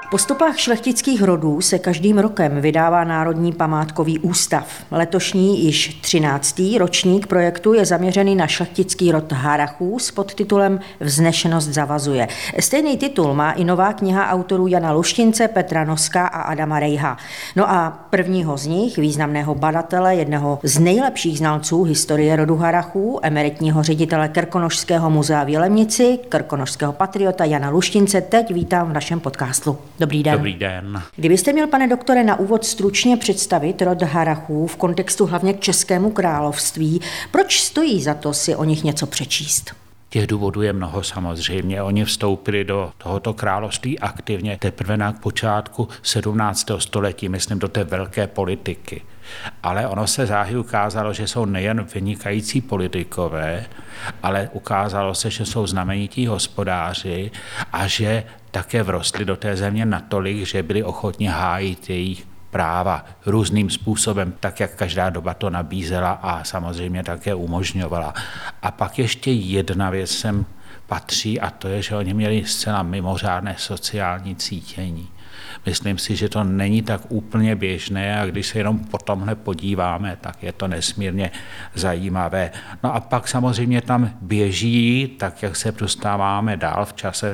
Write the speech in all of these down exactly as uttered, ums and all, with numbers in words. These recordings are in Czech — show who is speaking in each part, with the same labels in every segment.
Speaker 1: Po stopách šlechtických rodů se každým rokem vydává Národní památkový ústav. Letošní již třináctý ročník projektu je zaměřený na šlechtický rod Harrachů s podtitulem Vznešenost zavazuje. Stejný titul má i nová kniha autorů Jana Luštince, Petra Noska a Adama Rejha. No a prvního z nich, významného badatele, jednoho z nejlepších znalců historie rodu Harrachů, emeritního ředitele Krkonošského muzea v Jilemnici, krkonošského patriota Jana Luštince, teď vítám v našem podcastu. Dobrý den.
Speaker 2: Dobrý den.
Speaker 1: Kdybyste měl, pane doktore, na úvod stručně představit rod Harrachů v kontextu hlavně k Českému království, proč stojí za to si o nich něco přečíst?
Speaker 2: Těch důvodů je mnoho samozřejmě. Oni vstoupili do tohoto království aktivně teprve na počátku sedmnáctého století, myslím, do té velké politiky. Ale ono se záhy ukázalo, že jsou nejen vynikající politikové, ale ukázalo se, že jsou znamenití hospodáři a že také vrostli do té země natolik, že byli ochotni hájit jejich práva různým způsobem, tak jak každá doba to nabízela a samozřejmě také umožňovala. A pak ještě jedna věc sem patří a to je, že oni měli zcela mimořádné sociální cítění. Myslím si, že to není tak úplně běžné a když se jenom po tomhle podíváme, tak je to nesmírně zajímavé. No a pak samozřejmě tam běží, tak jak se dostáváme dál v čase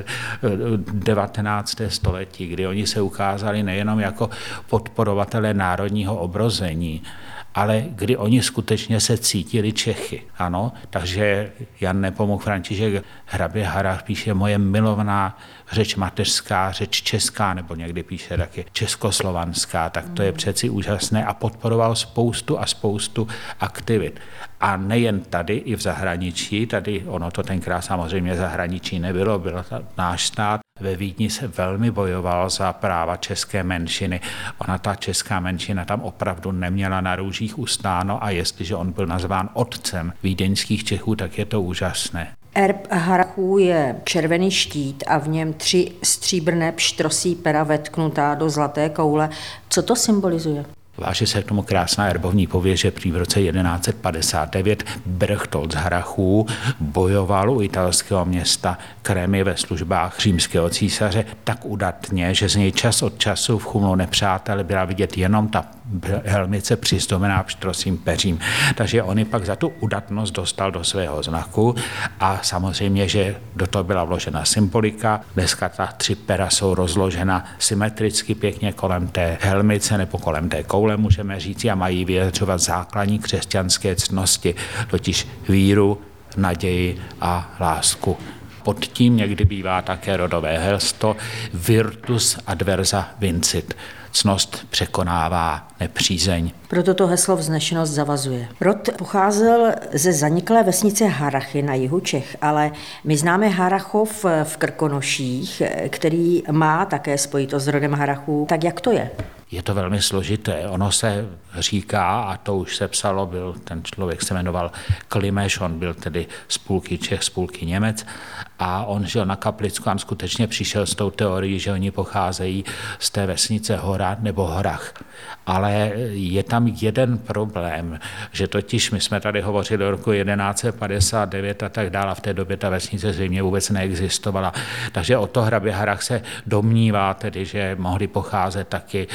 Speaker 2: devatenáctého století, kdy oni se ukázali nejenom jako podporovatelé národního obrození, ale kdy oni skutečně se cítili Čechy. Ano, takže Jan Nepomuk František hrabě Harrach píše moje milovaná řeč mateřská, řeč česká, nebo někdy píše taky českoslovanská, tak to je přeci úžasné a podporoval spoustu a spoustu aktivit. A nejen tady, i v zahraničí, tady ono to tenkrát samozřejmě zahraničí nebylo, byl náš stát. Ve Vídni se velmi bojoval za práva české menšiny. Ona, ta česká menšina, tam opravdu neměla na růžích ustáno a jestliže on byl nazván otcem vídeňských Čechů, tak je to úžasné.
Speaker 1: Erb Harrachů je červený štít a v něm tři stříbrné pštrosí pera vetknutá do zlaté koule. Co to symbolizuje?
Speaker 2: Váže se k tomu krásná erbovní pověst, že prý v roce jedenáct set padesát devět Berchtold z Harrachů bojoval u italského města Crémy ve službách římského císaře tak udatně, že z něj čas od času v chumlu nepřátel byla vidět jenom ta helmice přizdobená pštrosím peřím. Takže on pak za tu udatnost dostal do svého znaku a samozřejmě, že do toho byla vložena symbolika. Dneska ta tři pera jsou rozložena symetricky pěkně kolem té helmice nebo kolem té koule, můžeme říct, a mají vyjadřovat základní křesťanské ctnosti, totiž víru, naději a lásku. Pod tím někdy bývá také rodové heslo virtus adversa vincit. Ctnost překonává nepřízeň.
Speaker 1: Proto to heslo Vznešenost zavazuje. Rod pocházel ze zaniklé vesnice Harrachy na jihu Čech, ale my známe Harrachov v Krkonoších, který má také spojitost s rodem Harrachů. Tak jak to je?
Speaker 2: Je to velmi složité. Ono se říká, a to už se psalo, byl, ten člověk se jmenoval Klimeš, on byl tedy z půlky Čech, z půlky Němec a on žil na Kaplicku a skutečně přišel s tou teorií, že oni pocházejí z té vesnice Hora nebo Horach. Ale je tam jeden problém, že totiž my jsme tady hovořili o roku jedenáct set padesát devět a tak dále, v té době ta vesnice zřejmě vůbec neexistovala. Takže o to hrabě Harrach se domnívá tedy, že mohli pocházet taky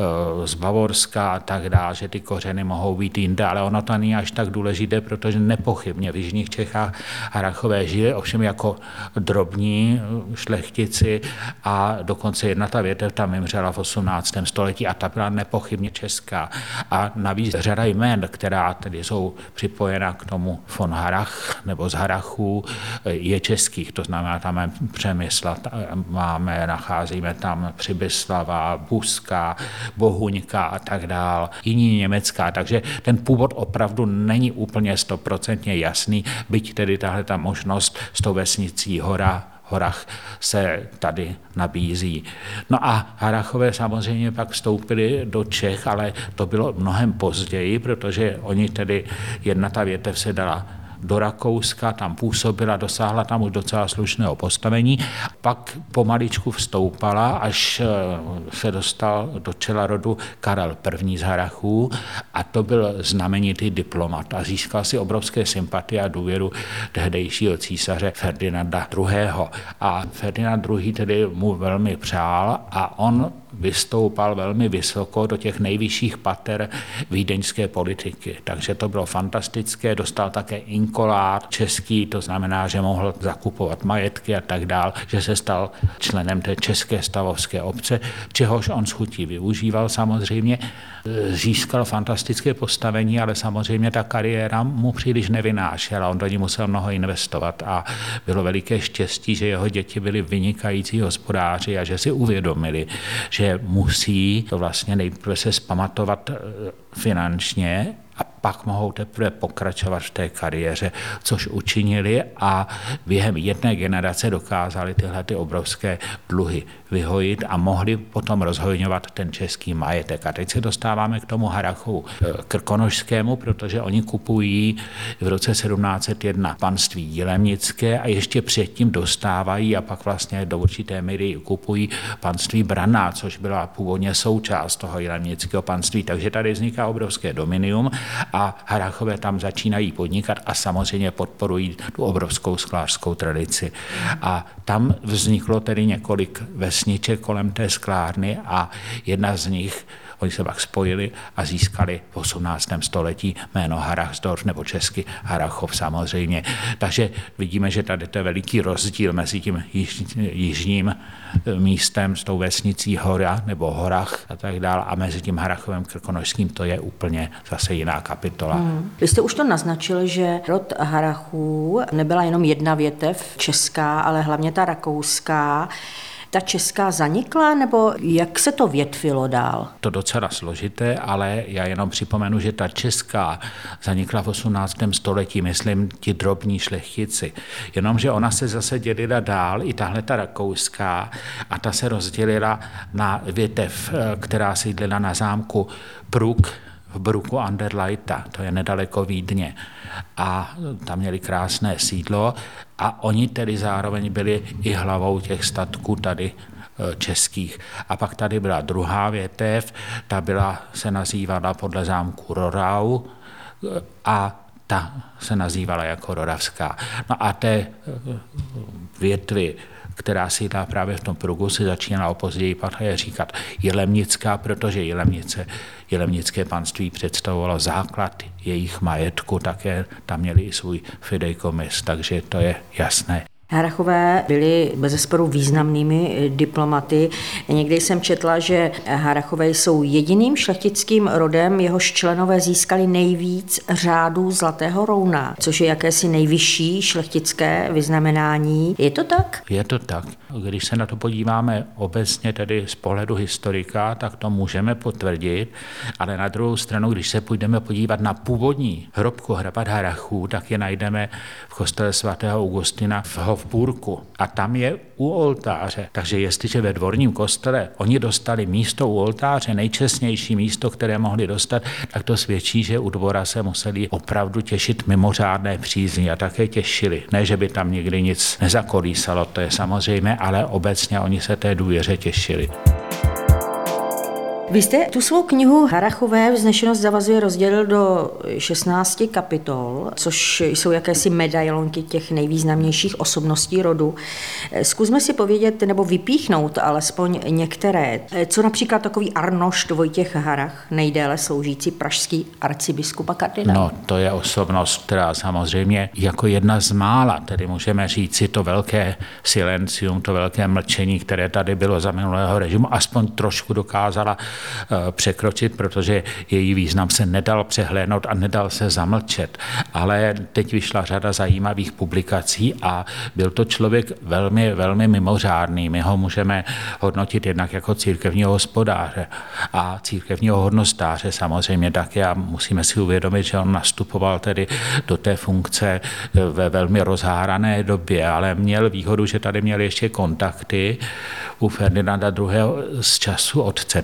Speaker 2: z Bavorska a tak dále, že ty kořeny mohou být jinde, ale ono to není až tak důležité, protože nepochybně v jižních Čechách Harrachové žili, ovšem jako drobní šlechtici a dokonce jedna ta větev tam vymřela v osmnáctém století a ta byla nepochybně česká. A navíc řada jmén, která tedy jsou připojena k tomu von Harrach nebo z Harrachů, je českých, to znamená, tam máme Přemysla, máme, nacházíme tam Přibyslava, Buska, Bohuňka a tak dál, jiní německá, takže ten původ opravdu není úplně stoprocentně jasný, byť tedy tahle ta možnost s tou vesnicí Hora, Horach se tady nabízí. No a Harrachové samozřejmě pak vstoupili do Čech, ale to bylo mnohem později, protože oni tedy, jedna ta větev se dala do Rakouska, tam působila, dosáhla tam už docela slušného postavení, pak pomaličku vstoupala, až se dostal do čela rodu Karel I. z Harrachů a to byl znamenitý diplomat a získal si obrovské sympatie a důvěru tehdejšího císaře Ferdinanda druhého. A Ferdinand druhý. tedy mu velmi přál a on vystoupal velmi vysoko do těch nejvyšších pater vídeňské politiky. Takže to bylo fantastické, dostal také inkolát český, to znamená, že mohl zakupovat majetky a tak dál, že se stal členem té české stavovské obce, čehož on s chutí využíval samozřejmě, získal fantastické postavení, ale samozřejmě ta kariéra mu příliš nevynášela, on do ní musel mnoho investovat a bylo veliké štěstí, že jeho děti byli vynikající hospodáři a že si uvědomili, že musí to vlastně nejprve se zpamatovat finančně a pak mohou teprve pokračovat v té kariéře, což učinili a během jedné generace dokázali tyhle ty obrovské dluhy vyhojit a mohli potom rozhojňovat ten český majetek. A teď se dostáváme k tomu Harrachu krkonošskému, protože oni kupují v roce sedmnáct set jedna panství jilemnické a ještě předtím dostávají a pak vlastně do určité míry kupují panství Branná, což byla původně součást toho jilemnického panství. Takže tady vzniká obrovské dominium a Harrachové tam začínají podnikat a samozřejmě podporují tu obrovskou sklářskou tradici. A tam vzniklo tedy několik vesniček kolem té sklárny a jedna z nich, oni se pak spojili a získali v osmnáctém století jméno Harrachtsdorf nebo česky Harrachov samozřejmě. Takže vidíme, že tady to je veliký rozdíl mezi tím již, jižním místem s tou vesnicí Hora nebo Horach a tak dále a mezi tím Harrachovem krkonošským to je úplně zase jiná kapitola.
Speaker 1: Hmm. Vy jste už to naznačil, že rod Harrachů nebyla jenom jedna větev česká, ale hlavně ta rakouská. Ta česká zanikla, nebo jak se to větvilo dál?
Speaker 2: To docela složité, ale já jenom připomenu, že ta česká zanikla v osmnáctém století, myslím, ti drobní šlechtici. Jenomže ona se zase dělila dál, i tahle ta rakouská, a ta se rozdělila na větev, která sídlila na zámku Pruk, v Bruku an der Leitha, to je nedaleko Vídně. A tam měli krásné sídlo a oni tedy zároveň byli i hlavou těch statků tady českých. A pak tady byla druhá větev, ta byla, se nazývala podle zámku Rorau a ta se nazývala jako Roravská. No a té větvy, která sídlá právě v tom Prugu, si začínala později patrně říkat Jilemnická, protože Jilemnice, Jilemnické panství představovalo základ jejich majetku, také tam měli i svůj fideikomys, takže to je jasné.
Speaker 1: Harrachové byli bezesporu významnými diplomaty. Někdy jsem četla, že Harrachové jsou jediným šlechtickým rodem, jehož členové získali nejvíc řádů Zlatého rouna, což je jakési nejvyšší šlechtické vyznamenání. Je to tak?
Speaker 2: Je to tak. Když se na to podíváme obecně tedy z pohledu historika, tak to můžeme potvrdit, ale na druhou stranu, když se půjdeme podívat na původní hrobku hrabat Harrachů, tak je najdeme v kostele svatého Augustina v Hofburku a tam je u oltáře. Takže jestliže ve dvorním kostele oni dostali místo u oltáře, nejčestnější místo, které mohli dostat, tak to svědčí, že u dvora se museli opravdu těšit mimořádné přízni a také těšili. Ne, že by tam nikdy nic nezakolísalo, to je samozřejmě, ale obecně oni se té důvěře těšili.
Speaker 1: Vy jste tu svou knihu Harrachové vznešenost zavazuje rozdělil do šestnácti kapitol, což jsou jakési medailonky těch nejvýznamnějších osobností rodu. Zkusme si povědět nebo vypíchnout alespoň některé. Co například takový Arnošt Vojtěch Harrach, nejdéle sloužící pražský arcibiskup a kardinál?
Speaker 2: No, to je osobnost, která samozřejmě jako jedna z mála, tedy můžeme říci to velké silencium, to velké mlčení, které tady bylo za minulého režimu, aspoň trošku dokázala překročit, protože její význam se nedal přehlédnout a nedal se zamlčet. Ale teď vyšla řada zajímavých publikací a byl to člověk velmi, velmi mimořádný. My ho můžeme hodnotit jednak jako církevního hospodáře a církevního hodnostáře samozřejmě taky a musíme si uvědomit, že on nastupoval tedy do té funkce ve velmi rozhárané době, ale měl výhodu, že tady měl ještě kontakty u Ferdinanda druhého. z času otce, takže ten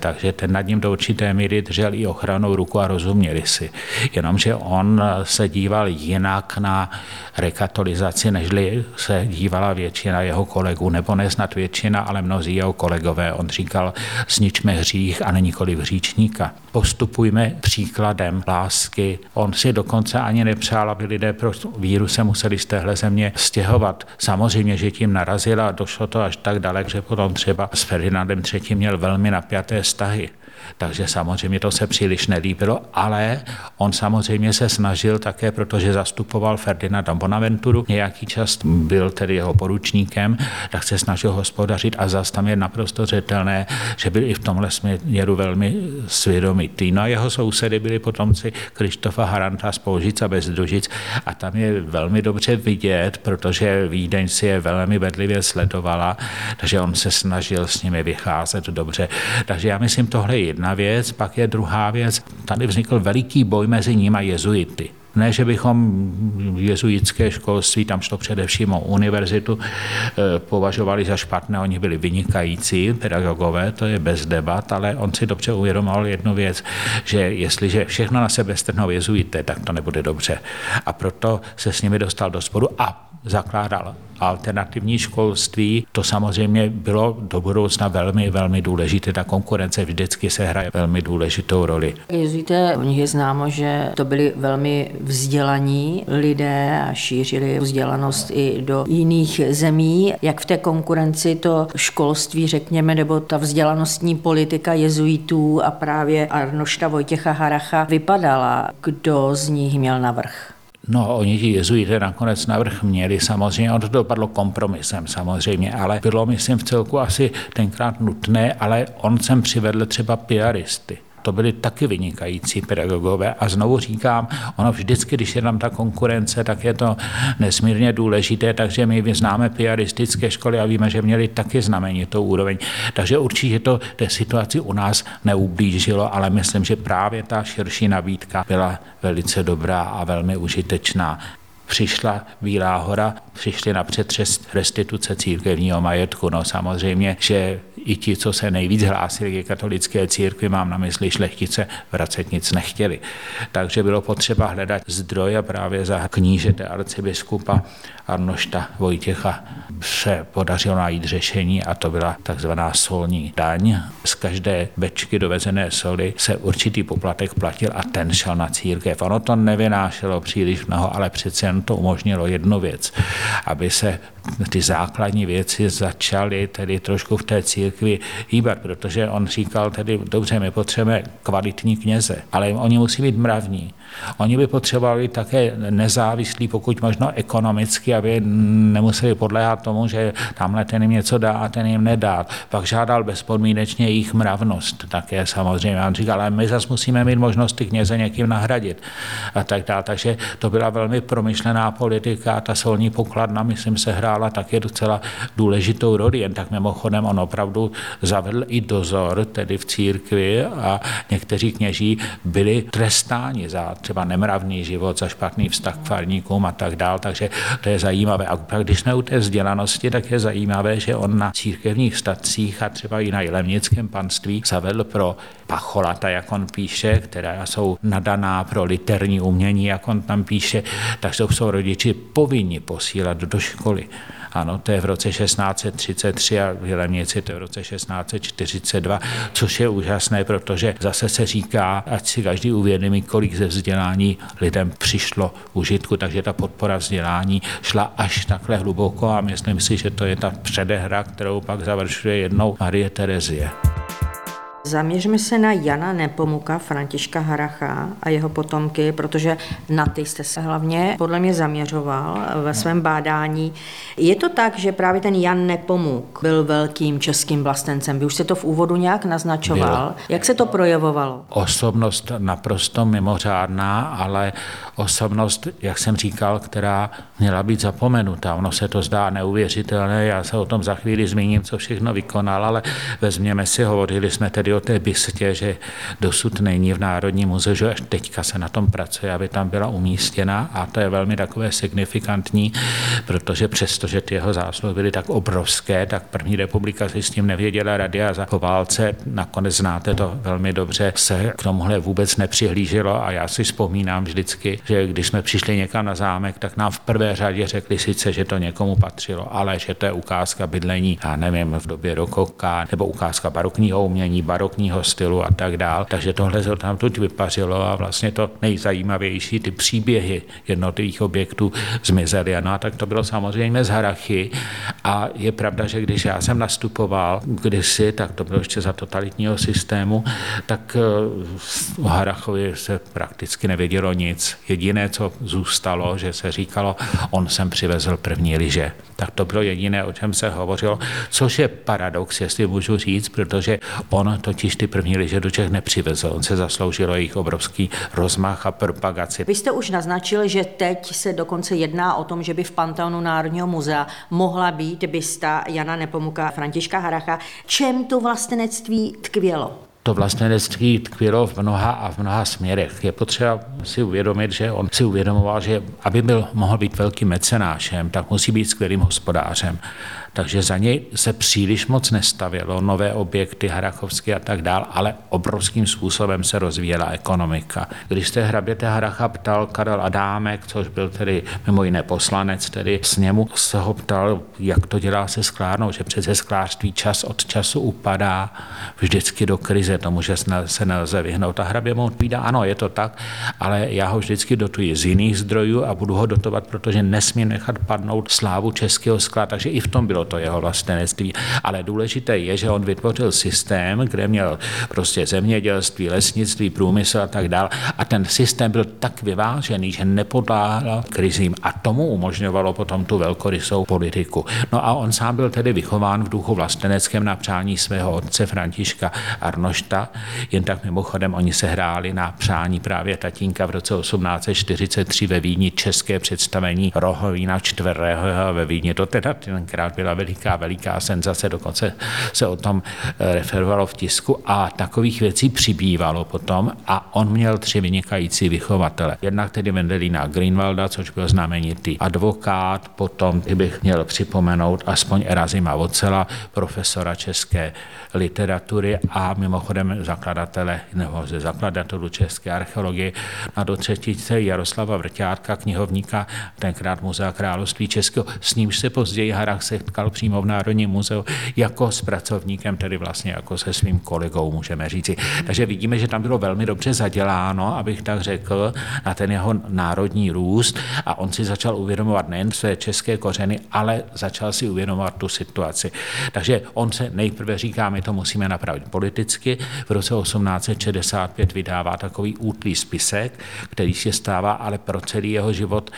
Speaker 2: ten nad ním do určité míry držel i ochranou ruku a rozuměli si. Jenomže on se díval jinak na rekatolizaci, nežli se dívala většina jeho kolegů, nebo nesnad většina, ale mnozí jeho kolegové. On říkal, zničme hřích a nikoliv hříčníka. Postupujme příkladem lásky. On si dokonce ani nepřál, aby lidé pro víru se museli z téhle země stěhovat. Samozřejmě, že tím narazila a došlo to až tak dalek, že potom třeba s Ferdinandem třetím měl velmi napjaté vztahy. Takže samozřejmě to se příliš nelíbilo, ale on samozřejmě se snažil také, protože zastupoval Ferdinanda Bonaventuru, nějaký čas byl tedy jeho poručníkem, tak se snažil hospodařit a zas tam je naprosto zřetelné, že byl i v tomhle směru velmi svědomitý. No a jeho sousedy byli potomci Krištofa Haranta z Polžic a Bezdružic a tam je velmi dobře vidět, protože Vídeň si je velmi bedlivě sledovala, takže on se snažil s nimi vycházet dobře. Takže já myslím, tohle je jedna věc, pak je druhá věc. Tady vznikl veliký boj mezi ním a jezuity. Ne, že bychom jezuitské školství, tam šlo především o univerzitu, považovali za špatné, oni byli vynikající pedagogové, to je bez debat, ale on si dobře uvědomoval jednu věc, že jestliže všechno na sebe strhnou jezuité, tak to nebude dobře. A proto se s nimi dostal do sporu a zakládal alternativní školství. To samozřejmě bylo do budoucna velmi, velmi důležité. Ta konkurence vždycky se hraje velmi důležitou roli.
Speaker 1: Jezuité, u nich je známo, že to byli velmi vzdělaní lidé a šířili vzdělanost i do jiných zemí. Jak v té konkurenci to školství, řekněme, nebo ta vzdělanostní politika jezuitů a právě Arnošta Vojtěcha Haracha vypadala? Kdo z nich měl navrch?
Speaker 2: No, oni ti jezuité nakonec navrch měli samozřejmě, on to dopadlo kompromisem samozřejmě, ale bylo, myslím, v celku asi tenkrát nutné, ale on sem přivedl třeba piaristy. To byli taky vynikající pedagogové a znovu říkám, ono vždycky, když je tam ta konkurence, tak je to nesmírně důležité, takže my známe piaristické školy a víme, že měli taky znamenitou úroveň. Takže určitě to té situaci u nás neublížilo, ale myslím, že právě ta širší nabídka byla velice dobrá a velmi užitečná. Přišla Bílá hora, přišli na přetřes restituce církevního majetku. No samozřejmě, že i ti, co se nejvíc hlásili ke katolické církvi, mám na mysli šlechtice, vracet nic nechtěli. Takže bylo potřeba hledat zdroje právě za knížete arcibiskupa Arnošta Vojtěcha. Se podařilo najít řešení a to byla takzvaná solní daň. Z každé bečky dovezené soli se určitý poplatek platil a ten šel na církev. Ono to nevynášelo příliš mnoho, ale přece jen to umožnilo jednu věc, aby se ty základní věci začaly tedy trošku v té církvi hýbat, protože on říkal tedy, dobře, my potřebujeme kvalitní kněze, ale oni musí být mravní. Oni by potřebovali také nezávislí, pokud možno ekonomicky, aby nemuseli podléhat tomu, že tamhle ten jim něco dá a ten jim nedá. Pak žádal bezpodmínečně jejich mravnost také samozřejmě. On říkal, ale my zase musíme mít možnost ty kněze někým nahradit a tak dále. Takže to byla velmi promyšlená politika a ta solní pokladna, myslím, se hrála také docela důležitou roli. Jen tak mimochodem on opravdu zavedl i dozor, tedy v církvi a někteří kněží byli trestáni za třeba nemravný život, za špatný vztah k farníkům a tak dál, takže to je zajímavé. A pak, když jsme u té vzdělanosti, tak je zajímavé, že on na církevních statcích a třeba i na Jilemnickém panství zavedl pro pacholata, jak on píše, která jsou nadaná pro literní umění, jak on tam píše, tak jsou rodiči povinni posílat do školy. Ano, to je v roce šestnáct set třicet tři a v Jilemnici to je v roce šestnáct set čtyřicet dva, což je úžasné, protože zase se říká, ať si každý uvědomí, kolik ze vzdělání lidem přišlo užitku, takže ta podpora vzdělání šla až takhle hluboko a myslím si, že to je ta předehra, kterou pak završuje jednou Marie Terezie.
Speaker 1: Zaměřme se na Jana Nepomuka, Františka Haracha a jeho potomky, protože na ty jste se hlavně podle mě zaměřoval ve svém bádání. Je to tak, že právě ten Jan Nepomuk byl velkým českým vlastencem? Vy už se to v úvodu nějak naznačoval. Byl. Jak se to projevovalo?
Speaker 2: Osobnost naprosto mimořádná, ale osobnost, jak jsem říkal, která měla být zapomenuta. Ono se to zdá neuvěřitelné, já se o tom za chvíli zmíním, co všechno vykonal, ale vezměme si, hovořili jsme tedy tedy o té bystě, že dosud není v Národním muzeu, že až teďka se na tom pracuje, aby tam byla umístěna a to je velmi takové signifikantní, protože přestože ty jeho zásluhy byly tak obrovské, tak první republika si s tím nevěděla rady a za po válce, nakonec znáte to velmi dobře, se k tomuhle vůbec nepřihlíželo a já si vzpomínám vždycky, že když jsme přišli někam na zámek, tak nám v prvé řadě řekli sice, že to někomu patřilo, ale že to je ukázka bydlení, já nevím, v době rokoka, nebo ukázka barokního umění, barokního stylu a tak dál. Takže tohle se tam tuď vypařilo a vlastně to nejzajímavější, ty příběhy jednotlivých objektů zmizely. No a tak to bylo samozřejmě z Harrachy a je pravda, že když já jsem nastupoval kdysi, tak to bylo ještě za totalitního systému, tak o Harrachovi se prakticky nevědělo nic. Jediné, co zůstalo, že se říkalo, on sem přivezl první lyže. Tak to bylo jediné, o čem se hovořilo, což je paradox, jestli můžu říct, protože on totiž ty první lyže do Čech nepřivezl. On se zasloužil jejich obrovský rozmach a propagaci.
Speaker 1: Vy jste už naznačil, že teď se dokonce jedná o tom, že by v Panteonu Národního muzea mohla být bysta Jana Nepomuka, Františka Harracha. Čem to vlastenectví tkvělo?
Speaker 2: To vlastenectví tkvělo v mnoha a v mnoha směrech. Je potřeba si uvědomit, že on si uvědomoval, že aby byl, mohl být velkým mecenášem, tak musí být skvělým hospodářem. Takže za něj se příliš moc nestavělo, nové objekty harrachovské a tak dál, ale obrovským způsobem se rozvíjela ekonomika. Když se hraběte Harracha ptal Karel Adámek, což byl tedy mimo jiné poslanec, tedy sněmu, se ho ptal, jak to dělá se sklárnou, že přece sklářství čas od času upadá vždycky do krize, tomu, že se nelze vyhnout. A hrabě mu odpovídá, ano, je to tak, ale já ho vždycky dotuji z jiných zdrojů a budu ho dotovat, protože nesmím nechat padnout slávu českého skla, takže i v tom bylo to jeho vlastenectví. Ale důležité je, že on vytvořil systém, kde měl prostě zemědělství, lesnictví, průmysl a tak dál. A ten systém byl tak vyvážený, že nepodléhal krizím a tomu umožňovalo potom tu velkorysou politiku. No a on sám byl tedy vychován v duchu vlasteneckém na přání svého otce Františka Arnošta. Jen tak mimochodem oni se hráli na přání právě tatínka v roce osmnáct set čtyřicet tři ve Vídni české představení Rohovína čtvrtého ve Vídni. To teda tenkrát byla veliká, veliká senzace, dokonce se o tom referovalo v tisku a takových věcí přibývalo potom a on měl tři vynikající vychovatele. Jednak tedy Wendelina Grünwalda, což byl znamenitý advokát, potom bych měl připomenout aspoň Erazima Vocela, profesora české literatury a mimochodem zakladatele nebo ze zakladatelů české archeologie a do třetice Jaroslava Vrťátka, knihovníka tenkrát Muzea království českého, s nímž se později Harrach setkal přímo v Národním muzeu jako s pracovníkem, tedy vlastně jako se svým kolegou, můžeme říci. Takže vidíme, že tam bylo velmi dobře zaděláno, abych tak řekl, na ten jeho národní růst a on si začal uvědomovat nejen své české kořeny, ale začal si uvědomovat tu situaci. Takže on se nejprve říká, my to musíme napravit politicky. V roce osmnáct set šedesát pět vydává takový útlý spisek, který se stává ale pro celý jeho život,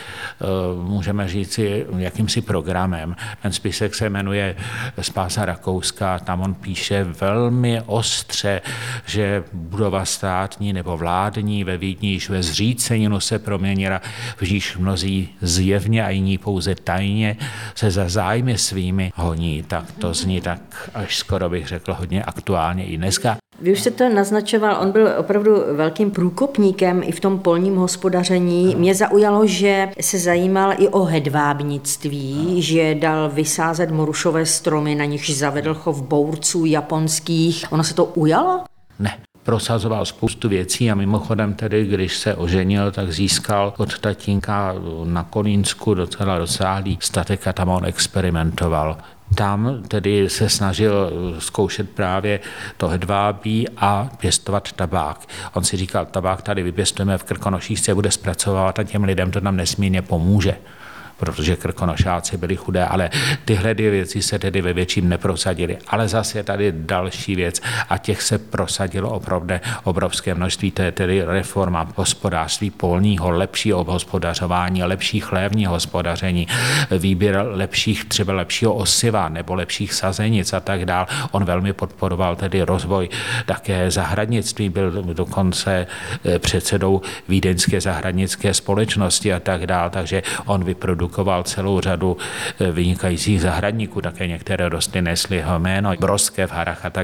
Speaker 2: můžeme říci, jakýmsi programem. Ten spisek se jmenuje Spása Rakouska, tam on píše velmi ostře, že budova státní nebo vládní ve Vídni již ve zříceninu se proměnila, vždyť mnozí zjevně a jiní pouze tajně se za zájmy svými honí. Tak to zní tak, až skoro bych řekl, hodně aktuálně i dneska.
Speaker 1: Vy už jste to naznačoval, on byl opravdu velkým průkopníkem i v tom polním hospodaření. Mě zaujalo, že se zajímal i o hedvábnictví, že dal vysázet morušové stromy, na nichž zavedl chov bourců japonských. Ono se to ujalo?
Speaker 2: Ne. Prosazoval spoustu věcí a mimochodem tedy, když se oženil, tak získal od tatínka na Kolínsku docela rozsáhlý statek a tam on experimentoval. Tam tedy se snažil zkoušet právě to hedvábí a pěstovat tabák. On si říkal, tabák tady vypěstujeme v Krkonoších, se bude zpracovávat a těm lidem to tam nesmírně pomůže, protože Krkonošáci byli chudé, ale tyhle dvě věci se tedy ve větším neprosadily. Ale zase je tady další věc a těch se prosadilo opravdu obrovské množství. To je tedy reforma hospodářství polního, lepšího obhospodařování, lepší chlévního hospodaření, výběr lepších, třeba lepšího osiva nebo lepších sazenic a tak dál. On velmi podporoval tedy rozvoj také zahradnictví, byl dokonce předsedou Vídeňské zahradnické společnosti a tak dál, takže on vyprodukoval celou řadu vynikajících zahradníků, také některé rostliny nesly jeho jméno, Broskev, Harrach a tak dál.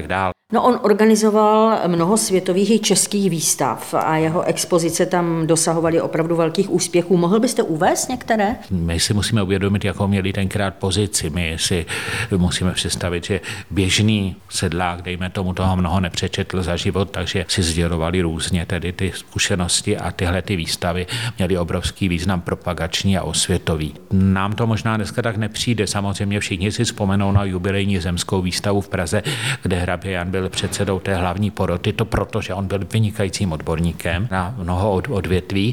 Speaker 1: No, on organizoval mnoho světových i českých výstav a jeho expozice tam dosahovaly opravdu velkých úspěchů. Mohl byste uvést některé?
Speaker 2: My si musíme uvědomit, jakou měli tenkrát pozici. My si musíme představit, že běžný sedlák, dejme tomu, toho mnoho nepřečetl za život, takže si sdělovali různě tedy ty zkušenosti a tyhle ty výstavy měly obrovský význam propagační a osvětový. Nám to možná dneska tak nepřijde. Samozřejmě všichni si vzpomenou na jubilejní zemskou výstavu v Praze, kde hrabě Jan byl předsedou té hlavní poroty, to proto, že on byl vynikajícím odborníkem na mnoho odvětví,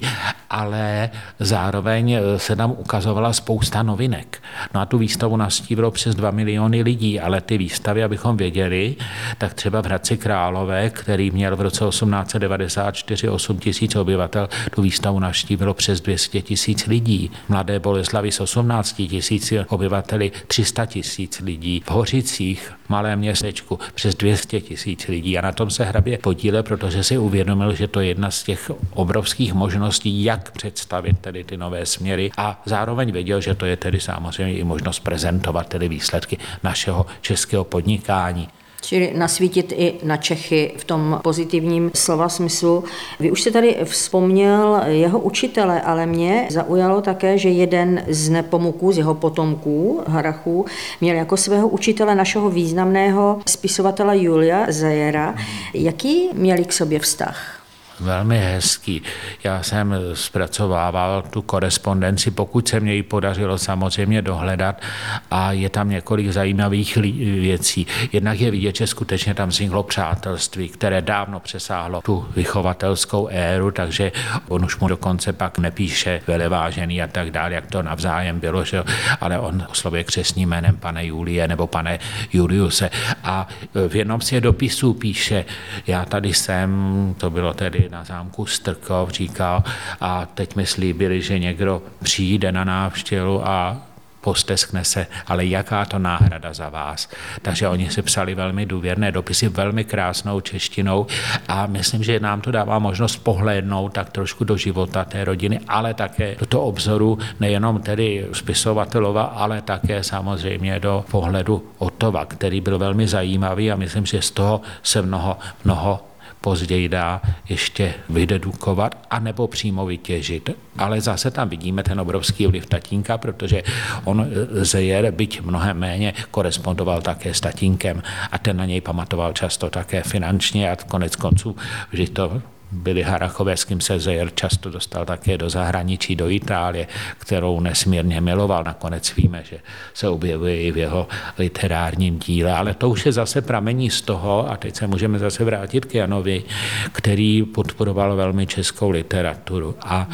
Speaker 2: ale zároveň se tam ukazovala spousta novinek. No a tu výstavu navštívilo přes dva miliony lidí, ale ty výstavy, abychom věděli, tak třeba v Hradci Králové, který měl v roce osmnáct set devadesát čtyři osm tisíc obyvatel, tu výstavu navštívilo přes dvě stě tisíc lidí. Mladé Boleslavi s osmnácti tisíci obyvateli tři sta tisíc lidí. V Hořicích, malém městečku, přes dvě stě tisíc lidí. A na tom se hrabě podílel, protože si uvědomil, že to je jedna z těch obrovských možností, jak představit tedy ty nové směry. A zároveň věděl, že to je tedy samozřejmě i možnost prezentovat tedy výsledky našeho českého podnikání.
Speaker 1: Čili nasvítit i na Čechy v tom pozitivním slova smyslu. Vy už jste tady vzpomněl jeho učitele, ale mě zaujalo také, že jeden z Nepomuků, z jeho potomků, Harrachů, měl jako svého učitele našeho významného spisovatele Julia Zayera. Jaký měli k sobě vztah?
Speaker 2: Velmi hezký. Já jsem zpracovával tu korespondenci, pokud se mě ji podařilo samozřejmě dohledat a je tam několik zajímavých věcí. Jednak je vidět, že skutečně tam vzniklo přátelství, které dávno přesáhlo tu vychovatelskou éru, takže on už mu dokonce pak nepíše velevážený a tak dále, jak to navzájem bylo, že? Ale on oslovuje křestním jménem pane Julie nebo pane Juliuse. A v jednom z těch dopisů píše, já tady jsem, to bylo tedy na zámku Strkov, říkal, a teď mi slíbili, že někdo přijde na návštěvu a posteskne se, ale jaká to náhrada za vás. Takže oni si psali velmi důvěrné dopisy, velmi krásnou češtinou a myslím, že nám to dává možnost pohlédnout tak trošku do života té rodiny, ale také do toho obzoru nejenom tedy spisovatelova, ale také samozřejmě do pohledu Ottova, který byl velmi zajímavý a myslím, že z toho se mnoho, mnoho později dá ještě vydedukovat anebo přímo vytěžit. Ale zase tam vidíme ten obrovský vliv tatínka, protože on Zayer, byť mnohem méně, korespondoval také s tatínkem a ten na něj pamatoval často také finančně a konec konců vždy to byli Harrachové, s kým se Zayer často dostal také do zahraničí, do Itálie, kterou nesmírně miloval. Nakonec víme, že se objevuje i v jeho literárním díle, ale to už je zase pramení z toho, a teď se můžeme zase vrátit k Janovi, který podporoval velmi českou literaturu. A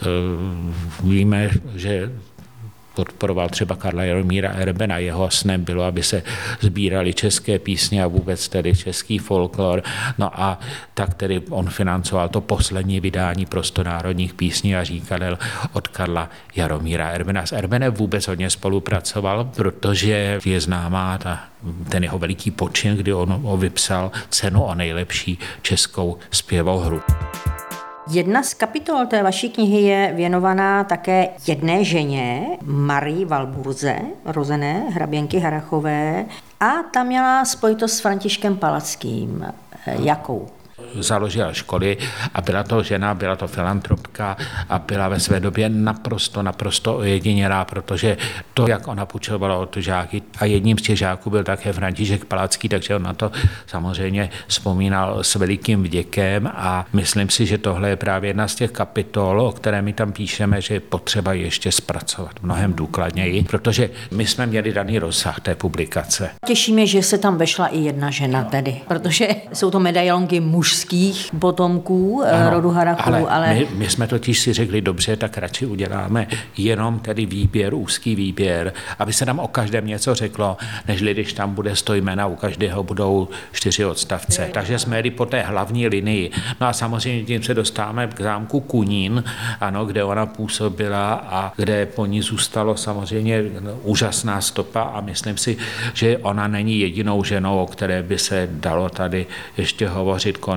Speaker 2: uh, víme, že podporoval třeba Karla Jaromíra Erbena. Jeho snem bylo, aby se sbíraly české písně a vůbec tedy český folklor. No a tak tedy on financoval to poslední vydání prostonárodních písní a říkadel od Karla Jaromíra Erbena. S Erbenem vůbec hodně spolupracoval, protože je známá ta, ten jeho veliký počin, kdy on vypsal cenu o nejlepší českou zpěvohru.
Speaker 1: Jedna z kapitol té vaší knihy je věnovaná také jedné ženě, Marii Walburze, rozené hraběnky Harrachové, a ta měla spojitost s Františkem Palackým. Jakou?
Speaker 2: Založila školy a byla to žena, byla to filantropka a byla ve své době naprosto, naprosto ojedinělá, protože to, jak ona půjčovala od žáky, a jedním z těch žáků byl také František Palacký, takže on na to samozřejmě vzpomínal s velikým vděkem a myslím si, že tohle je právě jedna z těch kapitol, o které my tam píšeme, že je potřeba ještě zpracovat mnohem důkladněji, protože my jsme měli daný rozsah té publikace.
Speaker 1: Těší mě, že se tam vešla i jedna žena tedy, protože jsou to medailonky mužských potomků ano, rodu Harrachů, ale... ale...
Speaker 2: My, my jsme totiž si řekli, dobře, tak radši uděláme jenom tedy výběr, úzký výběr, aby se nám o každém něco řeklo, než když tam bude sto jména, u každého budou čtyři odstavce. Je, Takže jsme jeli po té hlavní linii. No a samozřejmě tím se dostáváme k zámku Kunín, ano, kde ona působila a kde po ní zůstalo samozřejmě úžasná stopa a myslím si, že ona není jedinou ženou, o které by se dalo tady ještě hovořit.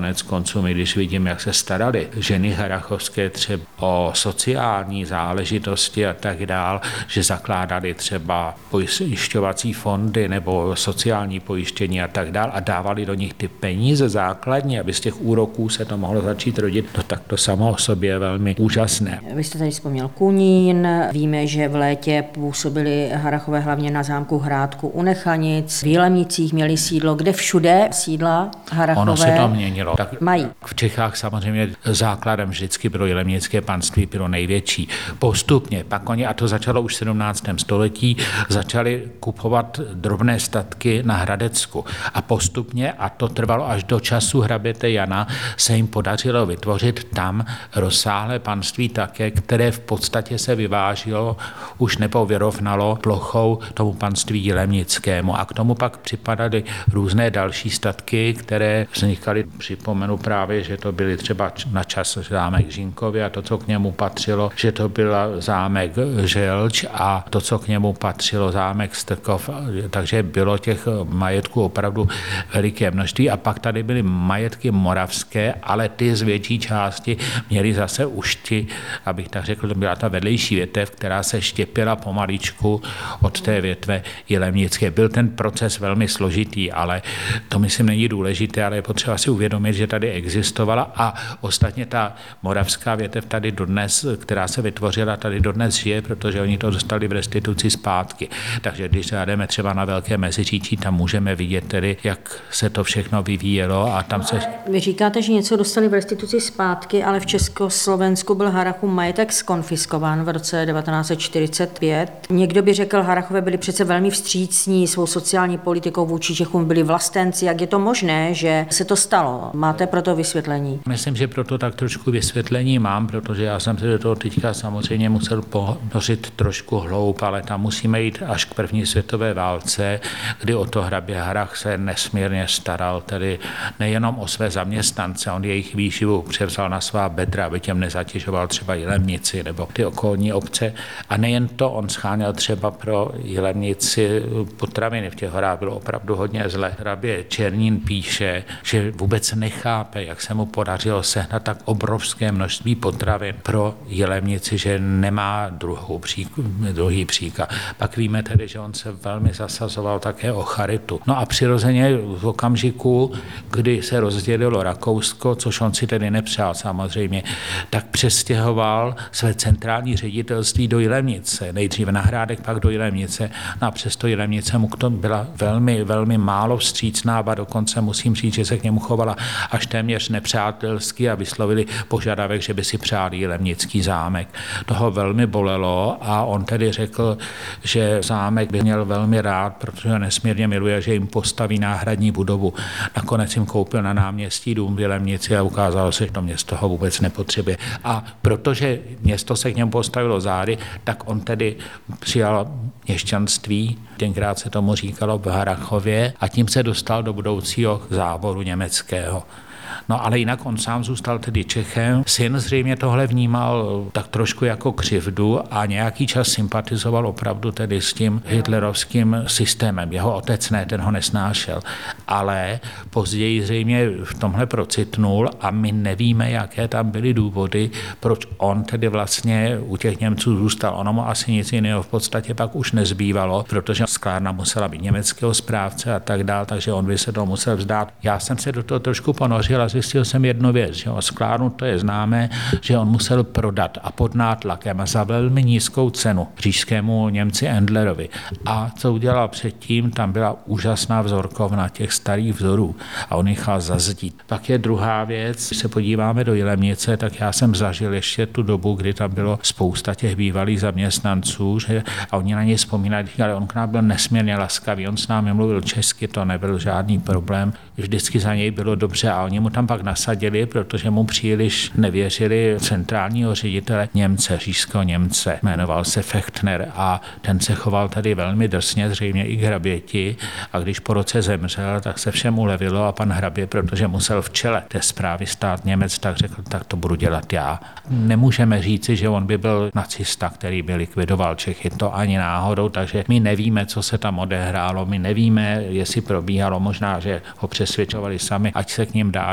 Speaker 2: konec konců, my když vidím, jak se starali ženy harrachovské třeba o sociální záležitosti a tak dál, že zakládali třeba pojišťovací fondy nebo sociální pojištění a tak dál a dávali do nich ty peníze základní, aby z těch úroků se to mohlo začít rodit, no tak to samo o sobě je velmi úžasné.
Speaker 1: Vy jste tady vzpomněl Kunín, víme, že v létě působili Harrachové hlavně na zámku Hrádku u Nechanic, v Jilemnicích měli sídlo, kde všude sídla Harrachové.
Speaker 2: Ono se to měnilo. Tak
Speaker 1: mají.
Speaker 2: V Čechách samozřejmě základem vždycky bylo jilemnické panství, bylo největší. Postupně, pak oni, a to začalo už v sedmnáctém století, začali kupovat drobné statky na Hradecku. A postupně, a to trvalo až do času hraběte Jana, se jim podařilo vytvořit tam rozsáhlé panství také, které v podstatě se vyvážilo, už nebo vyrovnalo plochou tomu panství jilemnickému. A k tomu pak připadaly různé další statky, které vznikaly, připomenu právě, že to byly třeba na čas zámek Žínkově a to, co k němu patřilo, že to byl zámek Želč a to, co k němu patřilo, zámek Strkov, takže bylo těch majetků opravdu veliké množství. A pak tady byly majetky moravské, ale ty z větší části měly zase už ti, abych tak řekl, to byla ta vedlejší větev, která se štěpila pomaličku od té větve jilemnické. Byl ten proces velmi složitý, ale to myslím není důležité, ale je potřeba si uvědomit, že tady existovala a ostatně ta moravská větev tady dodnes, která se vytvořila, tady dodnes žije, protože oni to dostali v restituci zpátky. Takže když jdeme třeba na Velké Meziříčí, tam můžeme vidět tedy, jak se to všechno vyvíjelo a tam se...
Speaker 1: Vy říkáte, že něco dostali v restituci zpátky, ale v Československu byl Harrachův majetek zkonfiskován v roce devatenáct set čtyřicet pět. Někdo by řekl, Harrachové byli přece velmi vstřícní svou sociální politikou vůči Čechům, byli vlastenci. Jak je to možné, že se to stalo? Máte pro to vysvětlení?
Speaker 2: Myslím, že proto tak trošku vysvětlení mám, protože já jsem se do toho teďka samozřejmě musel ponořit trošku hloub, ale tam musíme jít až k první světové válce, kdy o to hrabě Harrach se nesmírně staral, tedy nejenom o své zaměstnance, on jejich výživu převzal na svá bedra, aby těm nezatěžoval třeba Jilemnici nebo ty okolní obce. A nejen to, on scháněl třeba pro Jilemnici potraviny, v těch horách bylo opravdu hodně zle. Hrabě Černín píše, že vůbec nechápe, jak se mu podařilo sehnat tak obrovské množství potravin pro Jilemnici, že nemá druhou přík- druhý příkaz. Pak víme tedy, že on se velmi zasazoval také o charitu. No a přirozeně v okamžiku, kdy se rozdělilo Rakousko, což on si tedy nepřál samozřejmě, tak přestěhoval své centrální ředitelství do Jilemnice. Nejdříve na Hrádek, pak do Jilemnice. No a přesto Jilemnice mu k tomu byla velmi, velmi málo vstřícná, a dokonce musím říct, že se k němu chovala až téměř nepřátelsky a vyslovili požadavek, že by si přáli Jilemnický zámek. Toho velmi bolelo a on tedy řekl, že zámek by měl velmi rád, protože ho nesmírně miluje, že jim postaví náhradní budovu. Nakonec jim koupil na náměstí dům v Jilemnici a ukázalo se, že to město ho vůbec nepotřebuje. A protože město se k němu postavilo zády, tak on tedy přijal měšťanství, tenkrát se tomu říkalo v Harrachově, a tím se dostal do budoucího záboru německého. No ale jinak on sám zůstal tedy Čechem. Syn zřejmě tohle vnímal tak trošku jako křivdu a nějaký čas sympatizoval opravdu tedy s tím hitlerovským systémem. Jeho otec ne, ten ho nesnášel. Ale později zřejmě v tomhle procitnul a my nevíme, jaké tam byly důvody, proč on tedy vlastně u těch Němců zůstal. Ono mu asi nic jiného v podstatě pak už nezbývalo, protože sklárna musela být německého správce a tak dál, takže on by se to musel vzdát. Já jsem se do toho trošku ponořil a zjistil jsem jednu věc, že o sklárnu to je známé, že on musel prodat a pod nátlakem za velmi nízkou cenu říšskému Němci Endlerovi. A co udělal předtím, tam byla úžasná vzorkovna těch starých vzorů a on nechal zazdít. Pak je druhá věc, když se podíváme do Jilemnice, tak já jsem zažil ještě tu dobu, kdy tam bylo spousta těch bývalých zaměstnanců, že, a oni na něj vzpomínali, ale on k nám byl nesmírně laskavý, on s námi mluvil česky, to nebyl žádný problém, vždycky za něj bylo dobře a oni mu tam pak nasadili, protože mu příliš nevěřili centrálního ředitele Němce, říšského Němce. Jmenoval se Fechtner a ten se choval tady velmi drsně, zřejmě i k hraběti, a když po roce zemřel, tak se všem ulevilo a pan hrabě, protože musel v čele té správy stát Němec, tak řekl, tak to budu dělat já. Nemůžeme říci, že on by byl nacista, který by likvidoval Čechy, to ani náhodou, takže my nevíme, co se tam odehrálo, my nevíme, jestli probíhalo, možná, že ho přesvědčovali sami, ať se k ním dá,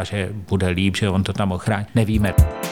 Speaker 2: že bude líp, že on to tam ochrání. Nevíme.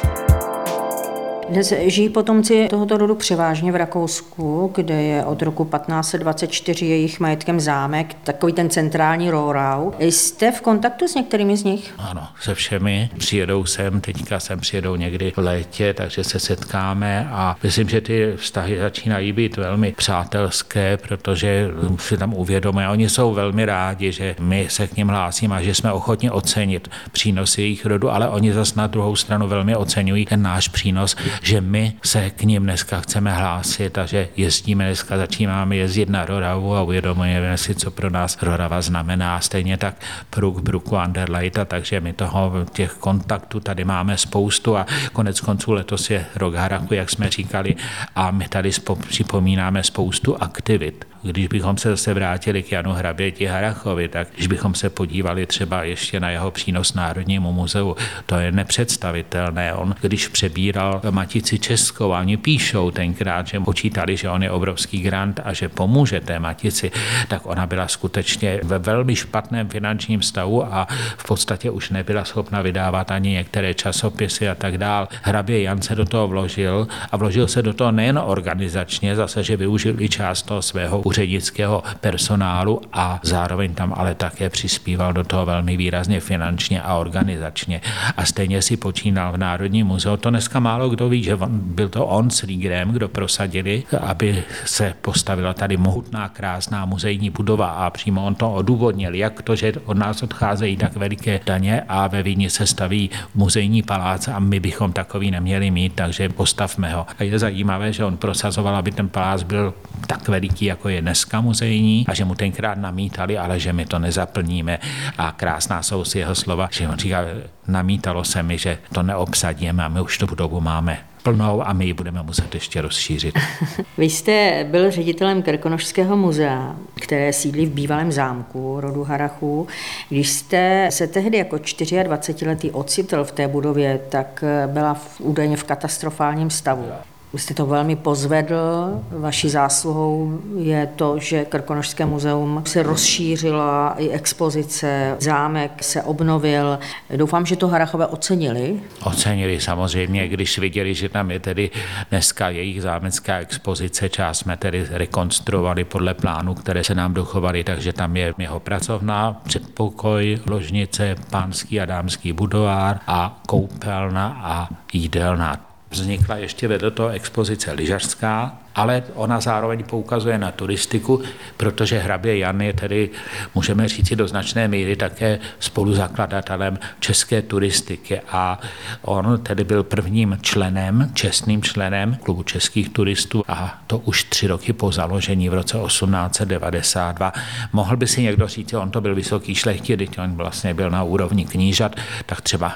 Speaker 1: Dnes žijí potomci tohoto rodu převážně v Rakousku, kde je od roku patnáct set dvacet čtyři jejich majetkem zámek, takový ten centrální Rohrau. Jste v kontaktu s některými z nich?
Speaker 2: Ano, se všemi. Přijedou sem, teďka sem přijedou někdy v létě, takže se setkáme a myslím, že ty vztahy začínají být velmi přátelské, protože si tam uvědomuje, oni jsou velmi rádi, že my se k nim hlásíme a že jsme ochotni ocenit přínosy jejich rodu, ale oni zase na druhou stranu velmi oceňují ten náš přínos, že my se k nim dneska chceme hlásit a že jezdíme dneska, začínáme jezdit na Rohravu a uvědomujeme si, co pro nás Rohrava znamená. Stejně tak Pruk, Bruku, Anderlecht, takže my toho těch kontaktů tady máme spoustu a konec konců letos je rok Harachu, jak jsme říkali, a my tady připomínáme spoustu aktivit. Když bychom se zase vrátili k Janu Hraběti Harachovi, tak když bychom se podívali třeba ještě na jeho přínos Národnímu muzeu, to je nepředstavitelné. On, když přebíral Matici Českou, a oni píšou tenkrát, že počítali, že on je obrovský grant a že pomůže té Matici, tak ona byla skutečně ve velmi špatném finančním stavu a v podstatě už nebyla schopna vydávat ani některé časopisy a tak dál. Hrabě Jan se do toho vložil a vložil se do toho nejen organizačně, zase, že využil i část toho svého úřednického personálu a zároveň tam ale také přispíval do toho velmi výrazně finančně a organizačně. A stejně si počínal v Národním muzeu. To dneska málo kdo ví, že byl to on s Rígrem, kdo prosadili, aby se postavila tady mohutná, krásná muzejní budova a přímo on to odůvodnil, jak to, že od nás odcházejí tak veliké daně a ve Vídni se staví muzejní palác a my bychom takový neměli mít, takže postavme ho. A je zajímavé, že on prosazoval, aby ten palác byl tak veliký, jako je dneska muzejní a že mu tenkrát namítali, ale že my to nezaplníme. A krásná jsou si jeho slova, že on říká, namítalo se mi, že to neobsadíme a my už tu budovu máme plnou a my ji budeme muset ještě rozšířit.
Speaker 1: Vy jste byl ředitelem Krkonošského muzea, které sídlí v bývalém zámku rodu Harachů. Když jste se tehdy jako dvacetičtyřletý ocitl v té budově, tak byla v, údajně v katastrofálním stavu. Vy jste to velmi pozvedl, vaší zásluhou je to, že Krkonošské muzeum se rozšířila, i expozice, zámek se obnovil. Doufám, že to Harachové ocenili.
Speaker 2: Ocenili samozřejmě, když viděli, že tam je tedy dneska jejich zámecká expozice, část jsme tedy rekonstruovali podle plánů, které se nám dochovaly, takže tam je jeho pracovna, předpokoj, ložnice, pánský a dámský budovár a koupelna a jídelna. Vznikla ještě vedle toho expozice lyžařská, ale ona zároveň poukazuje na turistiku, protože hrabě Jan je tedy, můžeme říci do značné míry, také spoluzakladatelem české turistiky a on tedy byl prvním členem, čestným členem klubu českých turistů a to už tři roky po založení v roce osmnáct set devadesát dva. Mohl by si někdo říct, on to byl vysoký šlechtit, on vlastně byl na úrovni knížat, tak třeba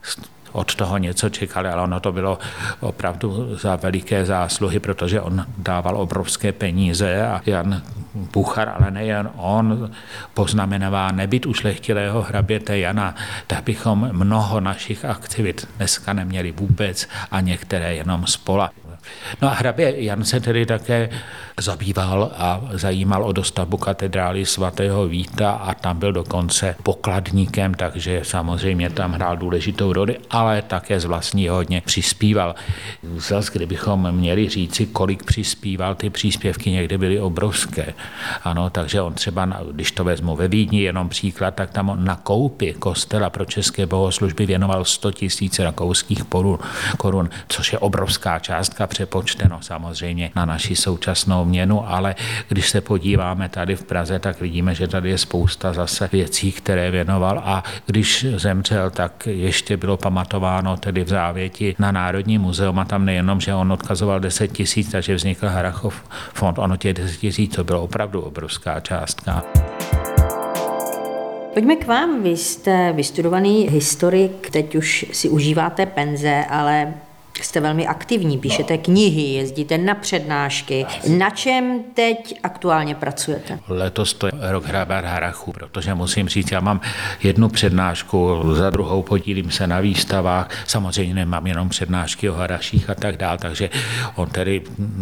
Speaker 2: od toho něco čekali, ale ono to bylo opravdu za veliké zásluhy, protože on dával obrovské peníze a Jan Buchar, ale nejen on, poznamenává nebyt ušlechtilého hraběte Jana, tak bychom mnoho našich aktivit dneska neměli vůbec a některé jenom spola. No a hrabě Jan se tedy také zabýval a zajímal o dostavbu katedrály svatého Víta a tam byl dokonce pokladníkem, takže samozřejmě tam hrál důležitou roli, ale také z vlastní hodně přispíval. Zas, kdybychom měli říci, kolik přispíval, ty příspěvky někdy byly obrovské. Ano, takže on třeba, když to vezmu ve Vídni, jenom příklad, tak tam na koupi kostela pro české bohoslužby věnoval sto tisíc rakouských korun, což je obrovská částka přepočteno samozřejmě na naši současnou měnu, ale když se podíváme tady v Praze, tak vidíme, že tady je spousta zase věcí, které věnoval a když zemřel, tak ještě bylo pamatováno tedy v závěti na Národní muzeum a tam nejenom, že on odkazoval deset tisíc, takže vznikl Harachov fond, ono těch deset tisíc, to bylo opravdu obrovská částka.
Speaker 1: Pojďme k vám, vy jste vystudovaný historik, teď už si užíváte penze, ale Jste velmi aktivní, píšete knihy, jezdíte na přednášky. Na čem teď aktuálně pracujete?
Speaker 2: Letos to je rok hrabět Harrachů, protože musím říct, já mám jednu přednášku, za druhou podílím se na výstavách, samozřejmě nemám jenom přednášky o Harrachích a tak dál, takže on tedy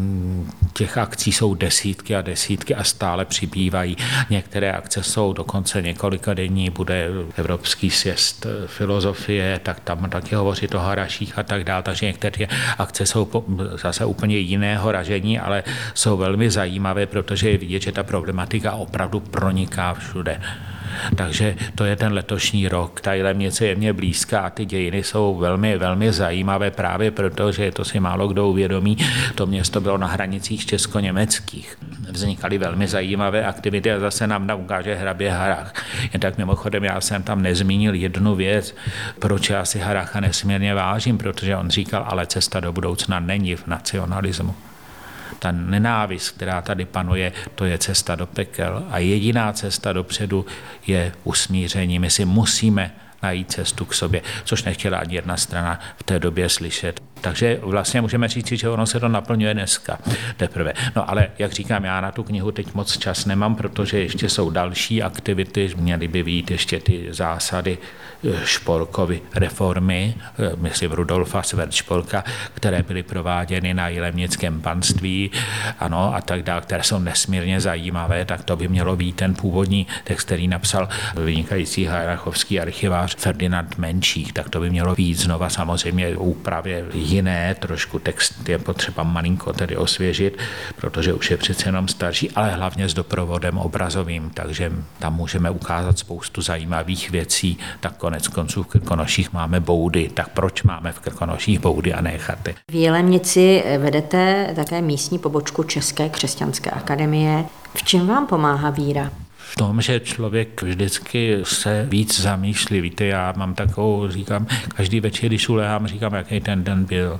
Speaker 2: těch akcí jsou desítky a desítky a stále přibývají. Některé akce jsou dokonce několika denní, bude Evropský sjezd filozofie, tak tam taky hovořit o Harrachích a tak dál, takže některé akce jsou zase úplně jiného ražení, ale jsou velmi zajímavé, protože je vidět, že ta problematika opravdu proniká všude. Takže to je ten letošní rok. Ta Jilemnice je mě blízká a ty dějiny jsou velmi, velmi zajímavé právě proto, že to si málo kdo uvědomí. To město bylo na hranicích česko-německých. Vznikaly velmi zajímavé aktivity a zase nám ukáže hrabě Harrach. Jen tak mimochodem já jsem tam nezmínil jednu věc, proč já si Harracha nesmírně vážím, protože on říkal, ale cesta do budoucna není v nacionalismu. Ta nenávist, která tady panuje, to je cesta do pekel a jediná cesta dopředu je usmíření. My si musíme najít cestu k sobě, což nechtěla ani jedna strana v té době slyšet. Takže vlastně můžeme říct, že ono se to naplňuje dneska teprve. No ale jak říkám, já na tu knihu teď moc čas nemám, protože ještě jsou další aktivity, měly by být ještě ty zásady Špolkovy reformy, myslím Rudolfa Sverčpolka, které byly prováděny na Jilemnickém panství, ano, a tak dále, které jsou nesmírně zajímavé, tak to by mělo být ten původní text, který napsal vynikající harrachovský archivář Ferdinand Menšík, tak to by mělo být znova samozřejmě úpravě jiné, trošku text je potřeba malinko tedy osvěžit, protože už je přece jenom starší, ale hlavně s doprovodem obrazovým, takže tam můžeme ukázat spoustu zajímavých věcí, tak konec konců v Krkonoších máme boudy, tak proč máme v Krkonoších boudy a ne chaty?
Speaker 1: V Jilemnici vedete také místní pobočku České křesťanské akademie. V čem vám pomáhá víra?
Speaker 2: V tom, že člověk vždycky se víc zamýšlí. Víte, já mám takovou, říkám, každý večer, když ulehám, říkám, jaký ten den byl.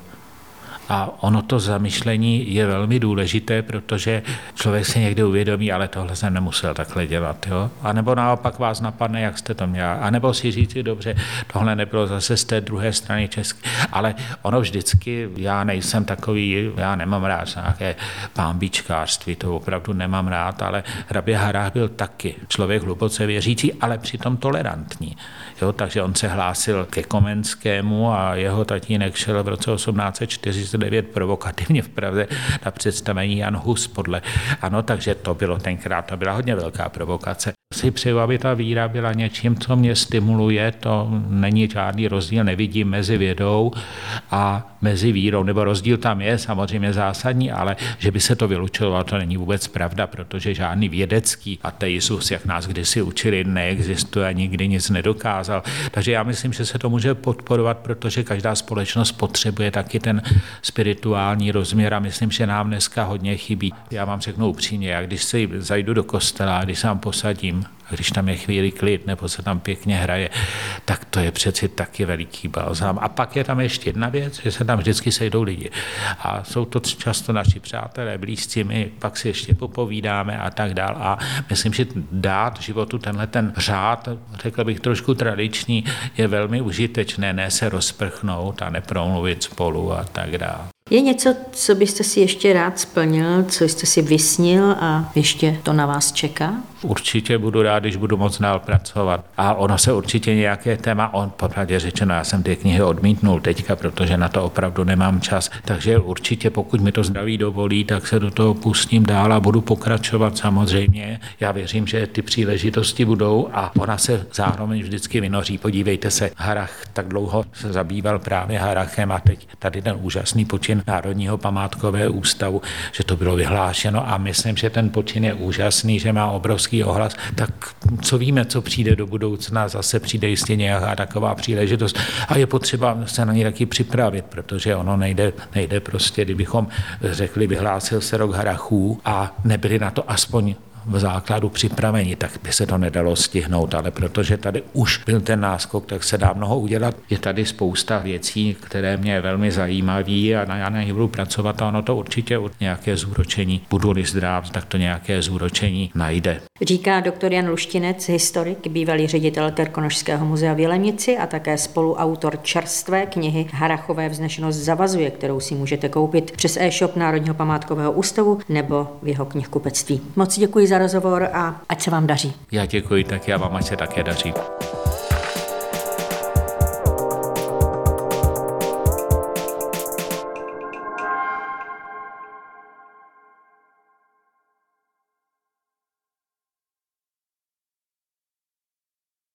Speaker 2: A ono to zamyšlení je velmi důležité, protože člověk si někdy uvědomí, ale tohle jsem nemusel takhle dělat. Jo? A nebo naopak vás napadne, jak jste to měla. A nebo si říci, dobře, tohle nebylo zase z té druhé strany české. Ale ono vždycky, já nejsem takový, já nemám rád nějaké pánbičkářství, to opravdu nemám rád, ale hrabě Harrach byl taky člověk hluboce věřící, ale přitom tolerantní. Jo? Takže on se hlásil ke Komenskému a jeho tatínek šel v roce osmnáct set čtyřicet devět provokativně v Praze na představení Jan Hus podle. Ano, takže to bylo tenkrát, to byla hodně velká provokace. Si přeju, aby ta víra byla něčím, co mě stimuluje, to není žádný rozdíl, nevidím mezi vědou a mezi vírou, nebo rozdíl tam je samozřejmě zásadní, ale že by se to vylučovalo, to není vůbec pravda, protože žádný vědecký ateismus, jak nás kdysi učili, neexistuje a nikdy nic nedokázal. Takže já myslím, že se to může podporovat, protože každá společnost potřebuje taky ten spirituální rozměr a myslím, že nám dneska hodně chybí. Já vám řeknu upřímně, já když si zajdu do kostela, když se tam posadím, a když tam je chvíli klid, nebo se tam pěkně hraje, tak to je přeci taky veliký balzám. A pak je tam ještě jedna věc, že se tam vždycky sejdou lidi. A jsou to často naši přátelé, blízcí, my pak si ještě popovídáme a tak dál. A myslím, že dát životu tenhle ten řád, řekl bych trošku tradiční, je velmi užitečné, ne se rozprchnout a nepromluvit spolu a tak dál.
Speaker 1: Je něco, co byste si ještě rád splnil, co jste si vysnil a ještě to na vás čeká?
Speaker 2: Určitě budu rád, když budu moc dál pracovat. A ono se určitě nějaké téma, on popravdě řečeno, já jsem ty knihy odmítnul teďka, protože na to opravdu nemám čas. Takže určitě, pokud mi to zdraví dovolí, tak se do toho pustím dál a budu pokračovat samozřejmě. Já věřím, že ty příležitosti budou a ona se zároveň vždycky vynoří. Podívejte se, Harrach tak dlouho se zabýval právě Harrachem a teď tady ten úžasný počin Národního památkového ústavu, že to bylo vyhlášeno a myslím, že ten počin je úžasný, že má obrovský ohlas, tak co víme, co přijde do budoucna, zase přijde jistě nějaká taková příležitost a je potřeba se na ní taky připravit, protože ono nejde, nejde prostě, kdybychom řekli, vyhlásil se rok Harrachů a nebyli na to aspoň v základu připraveni, tak by se to nedalo stihnout, ale protože tady už byl ten náskok, tak se dá mnoho udělat. Je tady spousta věcí, které mě velmi zajímaví a já na nich budu pracovat a ono to určitě nějaké zúročení, budu-li zdrav, tak to nějaké zúročení najde.
Speaker 1: Říká doktor Jan Luštinec, historik, bývalý ředitel Krkonošského muzea v Jilemnici a také spoluautor čerstvé knihy Harrachové vznešenost zavazuje, kterou si můžete koupit přes e-shop Národního památkového ústavu nebo v jeho knihkupectví. Moc děkuji za rozhovor a ať se vám daří.
Speaker 2: Já děkuji, tak já vám ať se také daří.